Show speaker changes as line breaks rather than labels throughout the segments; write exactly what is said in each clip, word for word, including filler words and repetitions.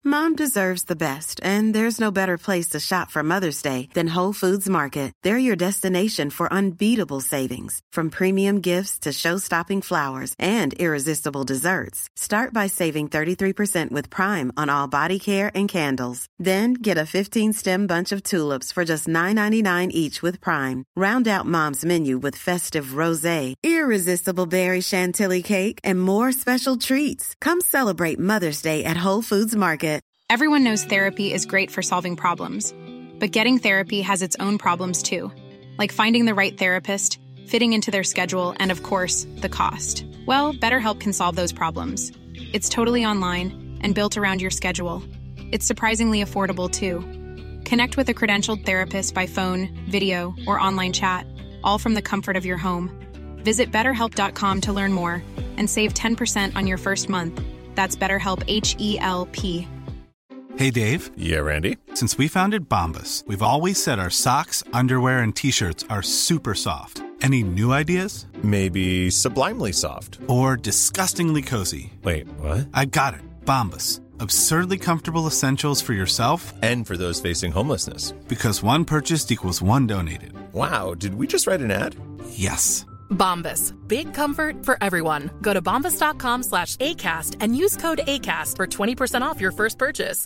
Mom deserves the best, and there's no better place to shop for Mother's Day than Whole Foods Market. They're your destination for unbeatable savings, from premium gifts to show-stopping flowers and irresistible desserts. Start by saving thirty-three percent with Prime on all body care and candles. Then get a fifteen-stem bunch of tulips for just nine ninety-nine each with Prime. Round out Mom's menu with festive rosé, irresistible berry chantilly cake, and more special treats. Come celebrate Mother's Day at Whole Foods Market.
Everyone knows therapy is great for solving problems, but getting therapy has its own problems too, like finding the right therapist, fitting into their schedule, and of course, the cost. Well, BetterHelp can solve those problems. It's totally online and built around your schedule. It's surprisingly affordable too. Connect with a credentialed therapist by phone, video, or online chat, all from the comfort of your home. Visit better help dot com to learn more and save ten percent on your first month. That's BetterHelp, H E L P.
Hey, Dave.
Yeah, Randy.
Since we founded Bombas, we've always said our socks, underwear, and T-shirts are super soft. Any new ideas?
Maybe sublimely soft.
Or disgustingly cozy.
Wait, what?
I got it. Bombas. Absurdly comfortable essentials for yourself
and for those facing homelessness.
Because one purchased equals one donated.
Wow, did we just write an ad?
Yes.
Bombas. Big comfort for everyone. Go to bombas dot com slash ACAST and use code ACAST for twenty percent off your first purchase.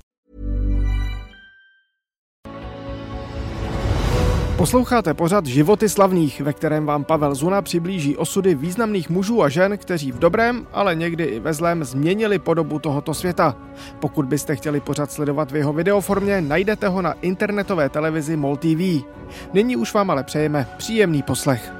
Posloucháte pořad Životy slavných, ve kterém vám Pavel Zuna přiblíží osudy významných mužů a žen, kteří v dobrém, ale někdy i ve zlém změnili podobu tohoto světa. Pokud byste chtěli pořad sledovat v jeho videoformě, najdete ho na internetové televizi MOL T V. Nyní už vám ale přejeme příjemný poslech.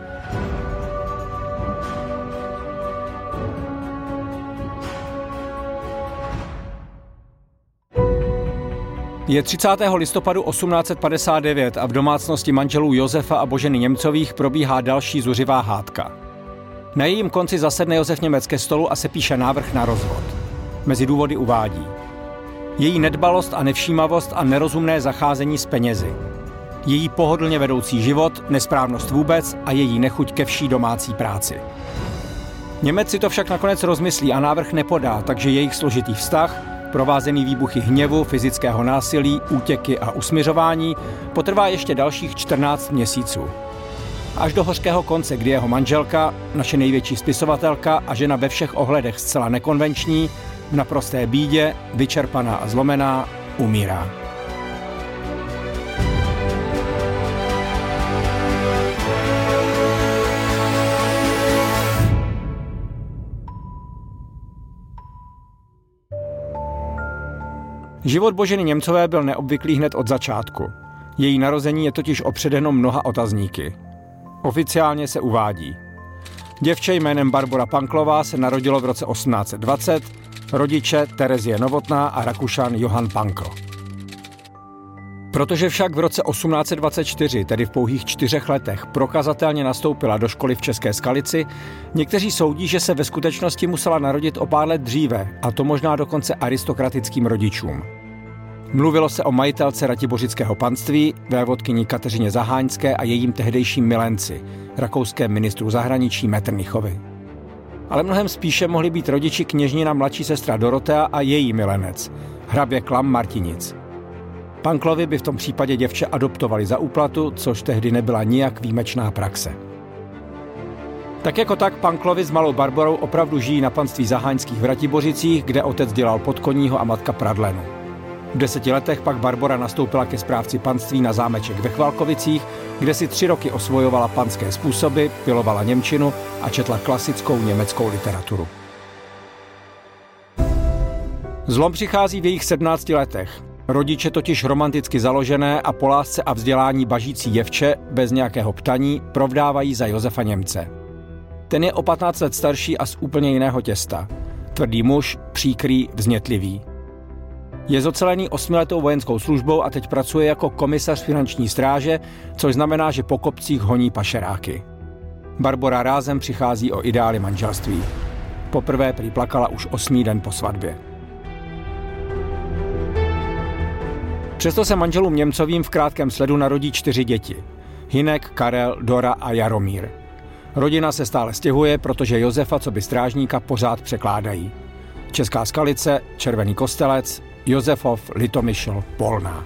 Je třicátého listopadu osmnáct set padesát devět a v domácnosti manželů Josefa a Boženy Němcových probíhá další zuřivá hádka. Na jejím konci zasedne Josef Němec ke stolu a sepíše návrh na rozvod. Mezi důvody uvádí: její nedbalost a nevšímavost a nerozumné zacházení s penězi. Její pohodlně vedoucí život, nesprávnost vůbec a její nechuť ke vší domácí práci. Němec si to však nakonec rozmyslí a návrh nepodá, takže jejich složitý vztah, provázený výbuchy hněvu, fyzického násilí, útěky a usmiřování, potrvá ještě dalších čtrnáct měsíců. Až do hořkého konce, kdy jeho manželka, naše největší spisovatelka a žena ve všech ohledech zcela nekonvenční, v naprosté bídě, vyčerpaná a zlomená, umírá. Život Boženy Němcové byl neobvyklý hned od začátku. Její narození je totiž opředeno mnoha otazníky. Oficiálně se uvádí: děvče jménem Barbora Panklová se narodilo v roce osmnáct set dvacet, rodiče Terezie Novotná a Rakušan Johann Pankl. Protože však v roce osmnáct set dvacet čtyři, tedy v pouhých čtyřech letech, prokazatelně nastoupila do školy v České Skalici, někteří soudí, že se ve skutečnosti musela narodit o pár let dříve, a to možná dokonce aristokratickým rodičům. Mluvilo se o majitelce ratibořického panství, vévodkyni Kateřině Zaháňské a jejím tehdejším milenci, rakouském ministru zahraničí Metternichovi. Ale mnohem spíše mohli být rodiči kněžnina mladší sestra Dorotea a její milenec, hrabě Klam Martinic. Panklovi by v tom případě děvče adoptovali za úplatu, což tehdy nebyla nijak výjimečná praxe. Tak jako tak Panklovi s malou Barborou opravdu žijí na panství Zaháňských v Ratibořicích, kde otec dělal podkoního a matka pradlenu. V deseti letech pak Barbora nastoupila ke správci panství na zámeček ve Chvalkovicích, kde si tři roky osvojovala panské způsoby, pilovala němčinu a četla klasickou německou literaturu. Zlom přichází v jejich sedmnácti letech. Rodiče totiž romanticky založené a po lásce a vzdělání bažící děvče bez nějakého ptaní provdávají za Josefa Němce. Ten je o patnáct let starší a z úplně jiného těsta. Tvrdý muž, příkrý, vznětlivý. Je zocelený osmiletou vojenskou službou a teď pracuje jako komisař finanční stráže, což znamená, že po kopcích honí pašeráky. Barbora rázem přichází o ideály manželství. Poprvé prý plakala už osmý den po svatbě. Přesto se manželům Němcovým v krátkém sledu narodí čtyři děti. Hynek, Karel, Dora a Jaromír. Rodina se stále stěhuje, protože Josefa coby strážníka pořád překládají. Česká Skalice, Červený Kostelec, Josefov Litomyšl Polná.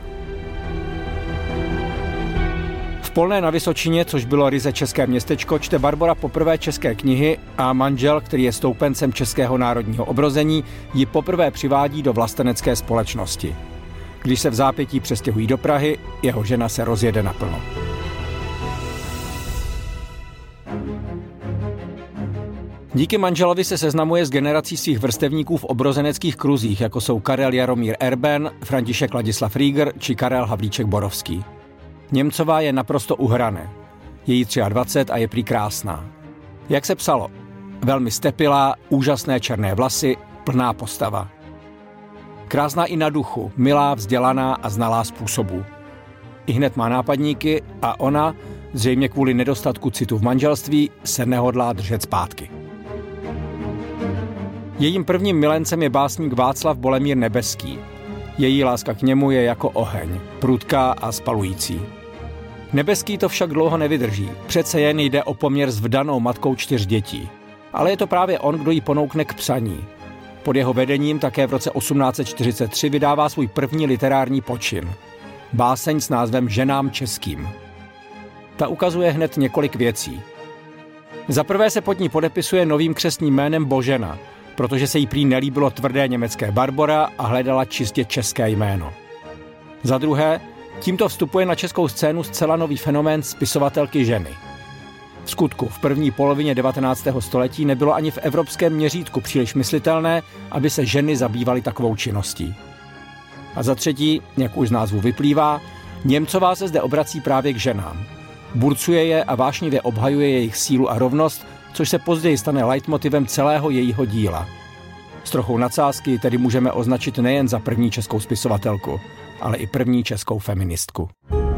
V Polné na Vysočině, což bylo ryze české městečko, čte Barbora poprvé české knihy a manžel, který je stoupencem českého národního obrození, ji poprvé přivádí do vlastenecké společnosti. Když se v zápětí přestěhují do Prahy, jeho žena se rozjede naplno. Díky manželovi se seznamuje s generací svých vrstevníků v obrozeneckých kruzích, jako jsou Karel Jaromír Erben, František Ladislav Rieger či Karel Havlíček Borovský. Němcová je naprosto uhrané. Je jí dvacet tři a je prý krásná. Jak se psalo? Velmi stepilá, úžasné černé vlasy, plná postava. Krásná i na duchu, milá, vzdělaná a znalá způsobů. I hned má nápadníky a ona, zřejmě kvůli nedostatku citu v manželství, se nehodlá držet zpátky. Jejím prvním milencem je básník Václav Bolemír Nebeský. Její láska k němu je jako oheň, prudká a spalující. Nebeský to však dlouho nevydrží, přece jen jde o poměr s vdanou matkou čtyř dětí. Ale je to právě on, kdo jí ponoukne k psaní. Pod jeho vedením také v roce osmnáct set čtyřicet tři vydává svůj první literární počin. Báseň s názvem Ženám českým. Ta ukazuje hned několik věcí. Za prvé se pod ní podepisuje novým křestním jménem Božena, protože se jí prý nelíbilo tvrdé německé Barbora a hledala čistě české jméno. Za druhé, tímto vstupuje na českou scénu zcela nový fenomén spisovatelky ženy. V skutku v první polovině devatenáctého století nebylo ani v evropském měřítku příliš myslitelné, aby se ženy zabývaly takovou činností. A za třetí, jak už z názvu vyplývá, Němcová se zde obrací právě k ženám. Burcuje je a vášnivě obhajuje jejich sílu a rovnost, což se později stane leitmotivem celého jejího díla. S trochou nadsázky tedy můžeme označit nejen za první českou spisovatelku, ale i první českou feministku.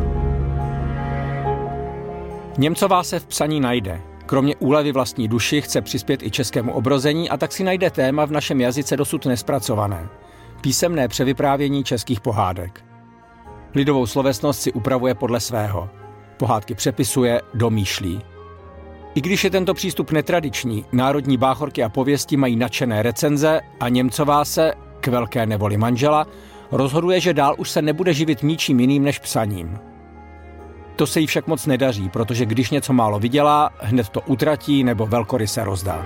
Němcová se v psaní najde. Kromě úlevy vlastní duši chce přispět i českému obrození a tak si najde téma v našem jazyce dosud nespracované. Písemné převyprávění českých pohádek. Lidovou slovesnost si upravuje podle svého. Pohádky přepisuje, domýšlí. I když je tento přístup netradiční, národní báchorky a pověsti mají nadšené recenze a Němcová se, k velké nevoli manžela, rozhoduje, že dál už se nebude živit ničím jiným než psaním. To se jí však moc nedaří, protože když něco málo vydělá, hned to utratí nebo velkoryse rozdá.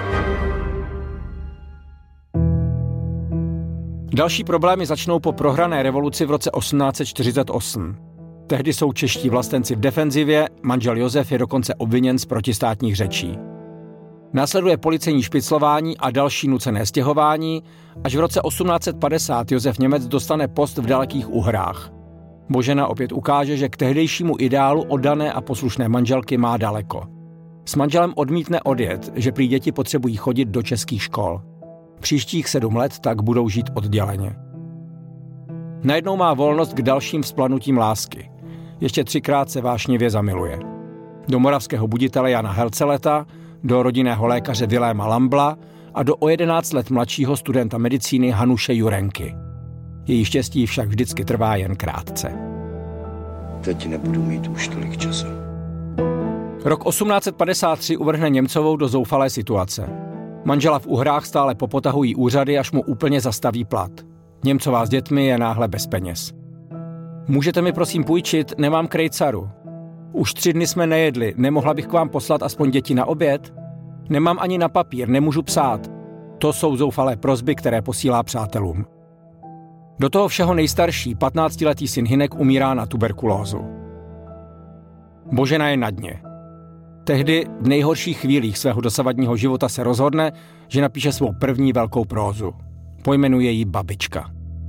Další problémy začnou po prohrané revoluci v roce osmnáct set čtyřicet osm. Tehdy jsou čeští vlastenci v defenzivě, manžel Josef je dokonce obviněn z protistátních řečí. Následuje policejní špiclování a další nucené stěhování, až v roce osmnáct set padesát Josef Němec dostane post v dalekých Uhrách. Božena opět ukáže, že k tehdejšímu ideálu oddané a poslušné manželky má daleko. S manželem odmítne odjet, že prý děti potřebují chodit do českých škol. Příštích sedm let tak budou žít odděleně. Najednou má volnost k dalším vzplanutím lásky. Ještě třikrát se vášnivě zamiluje. Do moravského buditele Jana Helceleta, do rodinného lékaře Viléma Lambla a do o jedenáct let mladšího studenta medicíny Hanuše Jurenky. Její štěstí však vždycky trvá jen krátce.
Teď nebudu mít už tolik času.
Rok osmnáct set padesát tři uvrhne Němcovou do zoufalé situace. Manžela v Uhrách stále popotahují úřady, až mu úplně zastaví plat. Němcová s dětmi je náhle bez peněz. Můžete mi prosím půjčit, nemám krejcaru. Už tři dny jsme nejedli, nemohla bych k vám poslat aspoň děti na oběd? Nemám ani na papír, nemůžu psát. To jsou zoufalé prosby, které posílá přátelům. Do toho všeho nejstarší, patnáctiletý syn Hynek umírá na tuberkulózu. Božena je na dně. Tehdy v nejhorších chvílích svého dosavadního života se rozhodne, že napíše svou první velkou prózu. Pojmenuje ji Babička.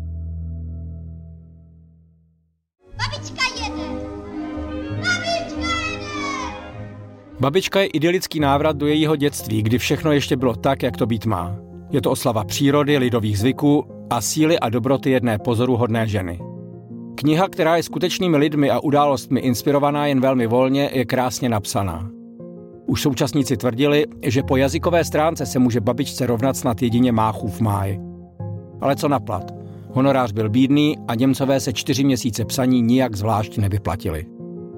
Babička jede! Babička jede!
Babička je idylický návrat do jejího dětství, kdy všechno ještě bylo tak, jak to být má. Je to oslava přírody, lidových zvyků a síly a dobroty jedné pozoruhodné ženy. Kniha, která je skutečnými lidmi a událostmi inspirovaná jen velmi volně, je krásně napsaná. Už současníci tvrdili, že po jazykové stránce se může Babičce rovnat snad jedině Máchův máj. Ale co naplat? Honorář byl bídný a Němcové se čtyři měsíce psaní nijak zvlášť nevyplatili.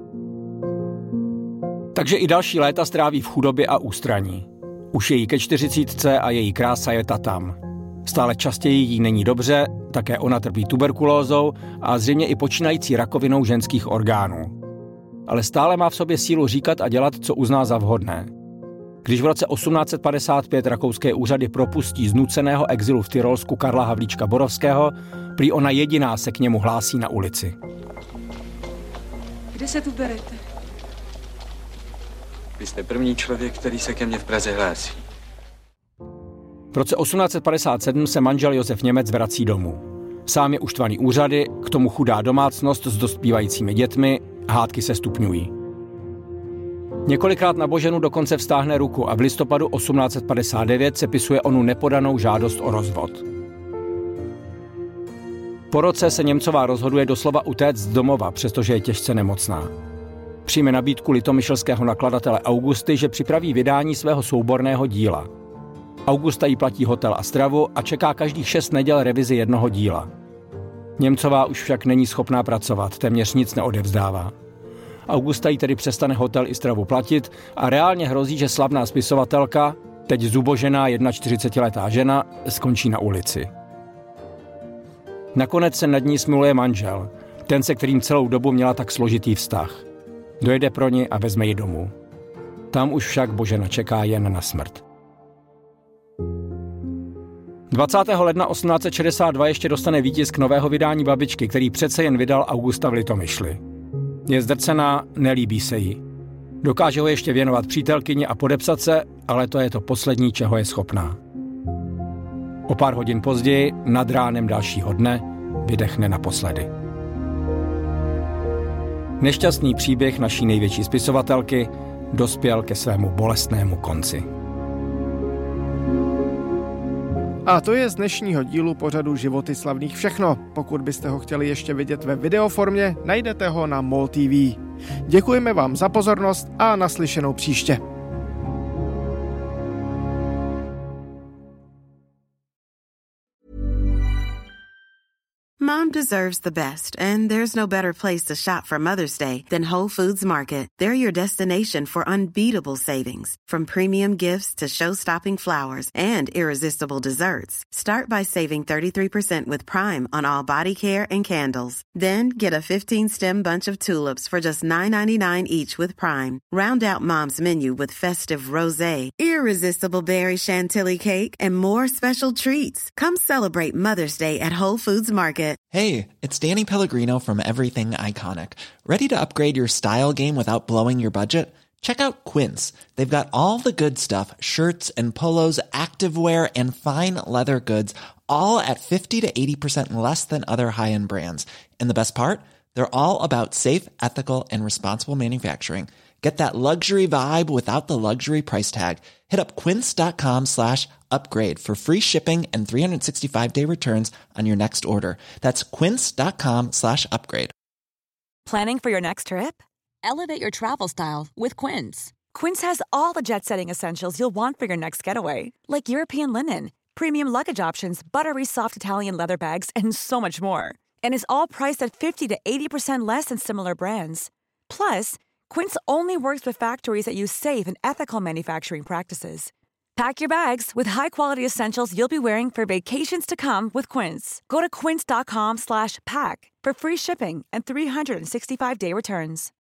Takže i další léta stráví v chudobě a ústraní. Už je jí ke čtyřicítce a její krása je ta tam. Stále častěji jí není dobře, také ona trpí tuberkulózou a zřejmě i počínající rakovinou ženských orgánů. Ale stále má v sobě sílu říkat a dělat, co uzná za vhodné. Když v roce osmnáct set padesát pět rakouské úřady propustí z nuceného exilu v Tyrolsku Karla Havlíčka Borovského, prý ona jediná se k němu hlásí na ulici.
Kde se tu berete?
Vy jste první člověk, který se ke mně v Praze hlásí.
V roce osmnáct set padesát sedm se manžel Josef Němec vrací domů. Sám je uštvaný úřady, k tomu chudá domácnost s dospívajícími dětmi, hádky se stupňují. Několikrát na Boženu dokonce vztáhne ruku a v listopadu osmnáct set padesát devět sepisuje onu nepodanou žádost o rozvod. Po roce se Němcová rozhoduje doslova utéct z domova, přestože je těžce nemocná. Přijme nabídku litomyšlského nakladatele Augusty, že připraví vydání svého souborného díla. Augusta jí platí hotel a stravu a čeká každých šest neděl revizi jednoho díla. Němcová už však není schopná pracovat, téměř nic neodevzdává. Augusta jí tedy přestane hotel i stravu platit a reálně hrozí, že slavná spisovatelka, teď zubožená čtyřicetiletá žena, skončí na ulici. Nakonec se nad ní smiluje manžel, ten, se kterým celou dobu měla tak složitý vztah. Dojede pro ní a vezme ji domů. Tam už však Božena čeká jen na smrt. dvacátého ledna osmnáct set šedesát dva ještě dostane výtisk nového vydání Babičky, který přece jen vydal Augusta v Litomyšli. Je zdrcená, nelíbí se jí. Dokáže ho ještě věnovat přítelkyni a podepsat se, ale to je to poslední, čeho je schopná. O pár hodin později, nad ránem dalšího dne, vydechne naposledy. Nešťastný příběh naší největší spisovatelky dospěl ke svému bolestnému konci.
A to je z dnešního dílu pořadu Životy slavných všechno. Pokud byste ho chtěli ještě vidět ve videoformě, najdete ho na MOL T V. Děkujeme vám za pozornost a naslyšenou příště.
Mom deserves the best, and there's no better place to shop for Mother's Day than Whole Foods Market. They're your destination for unbeatable savings, from premium gifts to show-stopping flowers and irresistible desserts. Start by saving thirty-three percent with Prime on all body care and candles. Then get a fifteen-stem bunch of tulips for just nine ninety-nine each with Prime. Round out Mom's menu with festive rosé, irresistible berry chantilly cake, and more special treats. Come celebrate Mother's Day at Whole Foods Market.
Hey, it's Danny Pellegrino from Everything Iconic. Ready to upgrade your style game without blowing your budget? Check out Quince. They've got all the good stuff, shirts and polos, activewear, and fine leather goods, all at fifty to eighty percent less than other high-end brands. And the best part? They're all about safe, ethical, and responsible manufacturing. Get that luxury vibe without the luxury price tag. Hit up quince.com slash upgrade for free shipping and three sixty-five day returns on your next order. That's quince.com slash upgrade.
Planning for your next trip? Elevate your travel style with Quince. Quince has all the jet-setting essentials you'll want for your next getaway, like European linen, premium luggage options, buttery soft Italian leather bags, and so much more. And is all priced at fifty to eighty percent less than similar brands. Plus, Quince only works with factories that use safe and ethical manufacturing practices. Pack your bags with high-quality essentials you'll be wearing for vacations to come with Quince. Go to quince.com slash pack for free shipping and three sixty-five day returns.